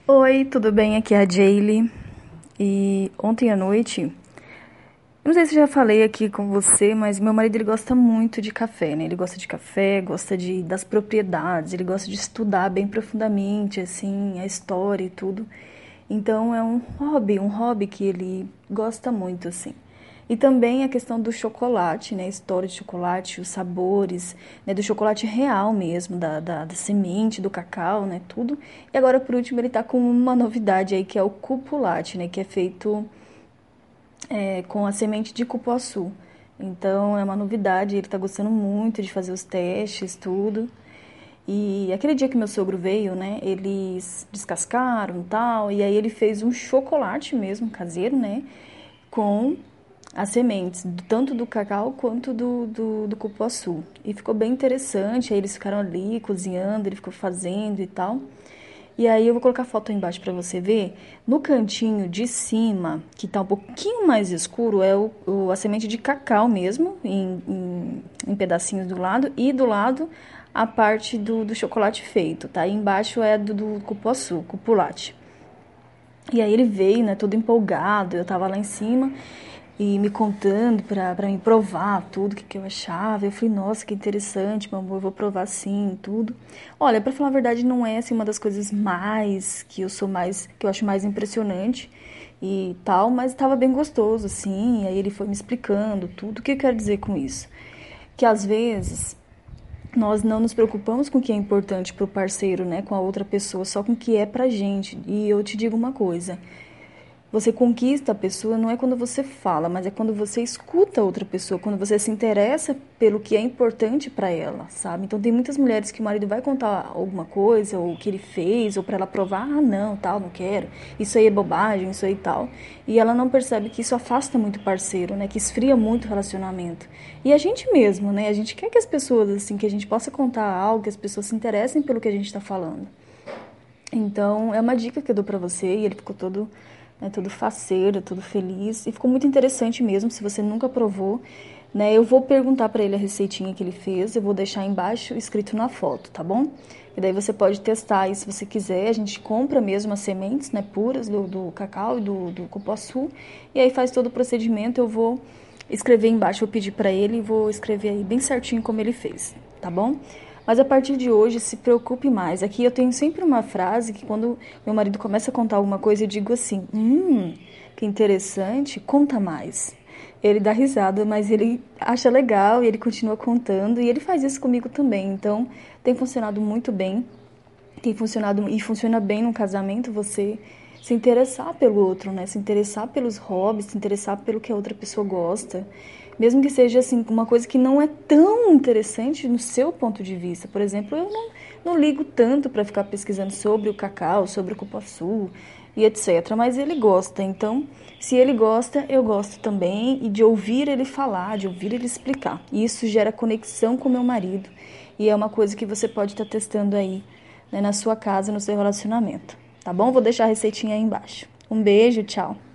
Oi, tudo bem? Aqui é a Jaylee. E ontem à noite, eu não sei se eu já falei aqui com você, mas meu marido ele gosta muito de café, né? Ele gosta de café, gosta das propriedades, ele gosta de estudar bem profundamente, assim, a história e tudo. Então é um hobby que ele gosta muito, assim. E também a questão do chocolate, né? A história de chocolate, os sabores, né? Do chocolate real mesmo, da semente, do cacau, né? Tudo. E agora, por último, ele tá com uma novidade aí, que é o cupulate, né? Que é feito com a semente de cupuaçu. Então, é uma novidade, ele tá gostando muito de fazer os testes, tudo. E aquele dia que meu sogro veio, né, eles descascaram e tal, e aí ele fez um chocolate mesmo, caseiro, né, com as sementes, tanto do cacau quanto do cupuaçu. E ficou bem interessante, aí eles ficaram ali cozinhando, ele ficou fazendo e tal. E aí eu vou colocar a foto aí embaixo para você ver. No cantinho de cima, que tá um pouquinho mais escuro, é a semente de cacau mesmo, em pedacinhos do lado. E do lado, a parte do chocolate feito, tá? E embaixo é do cupuaçu, cupulate. E aí ele veio, né, todo empolgado, eu tava lá em cima e me contando pra me provar tudo, o que eu achava. Eu falei, nossa, que interessante, meu amor, eu vou provar sim, tudo. Olha, pra falar a verdade, não é assim uma das coisas que eu acho mais impressionante e tal, mas tava bem gostoso, assim, e aí ele foi me explicando tudo. O que eu quero dizer com isso? Que às vezes nós não nos preocupamos com o que é importante pro parceiro, né, com a outra pessoa, só com o que é pra gente. E eu te digo uma coisa, você conquista a pessoa não é quando você fala, mas é quando você escuta a outra pessoa, quando você se interessa pelo que é importante para ela, sabe? Então tem muitas mulheres que o marido vai contar alguma coisa, ou o que ele fez, ou para ela provar, ah, não, tal, não quero, isso aí é bobagem, isso aí tal. E ela não percebe que isso afasta muito o parceiro, né? Que esfria muito o relacionamento. E a gente mesmo, né? A gente quer que as pessoas, assim, que a gente possa contar algo, que as pessoas se interessem pelo que a gente está falando. Então, é uma dica que eu dou pra você, e ele ficou todo, né, todo faceiro, todo feliz, e ficou muito interessante mesmo, se você nunca provou, né? Eu vou perguntar pra ele a receitinha que ele fez, eu vou deixar embaixo escrito na foto, tá bom? E daí você pode testar aí se você quiser, a gente compra mesmo as sementes, né, puras do cacau e do cupuaçu, e aí faz todo o procedimento, eu vou escrever embaixo, eu pedi pra ele e vou escrever aí bem certinho como ele fez, tá bom? Mas a partir de hoje, se preocupe mais. Aqui eu tenho sempre uma frase que quando meu marido começa a contar alguma coisa, eu digo assim: que interessante, conta mais. Ele dá risada, mas ele acha legal e ele continua contando e ele faz isso comigo também. Então, tem funcionado muito bem. Tem funcionado e funciona bem no casamento você se interessar pelo outro, né? Se interessar pelos hobbies, se interessar pelo que a outra pessoa gosta. Mesmo que seja assim uma coisa que não é tão interessante no seu ponto de vista. Por exemplo, eu não ligo tanto para ficar pesquisando sobre o cacau, sobre o cupuaçu e etc. Mas ele gosta. Então, se ele gosta, eu gosto também. E de ouvir ele falar, de ouvir ele explicar. E isso gera conexão com o meu marido. E é uma coisa que você pode estar testando aí, né, na sua casa, no seu relacionamento. Tá bom? Vou deixar a receitinha aí embaixo. Um beijo, tchau.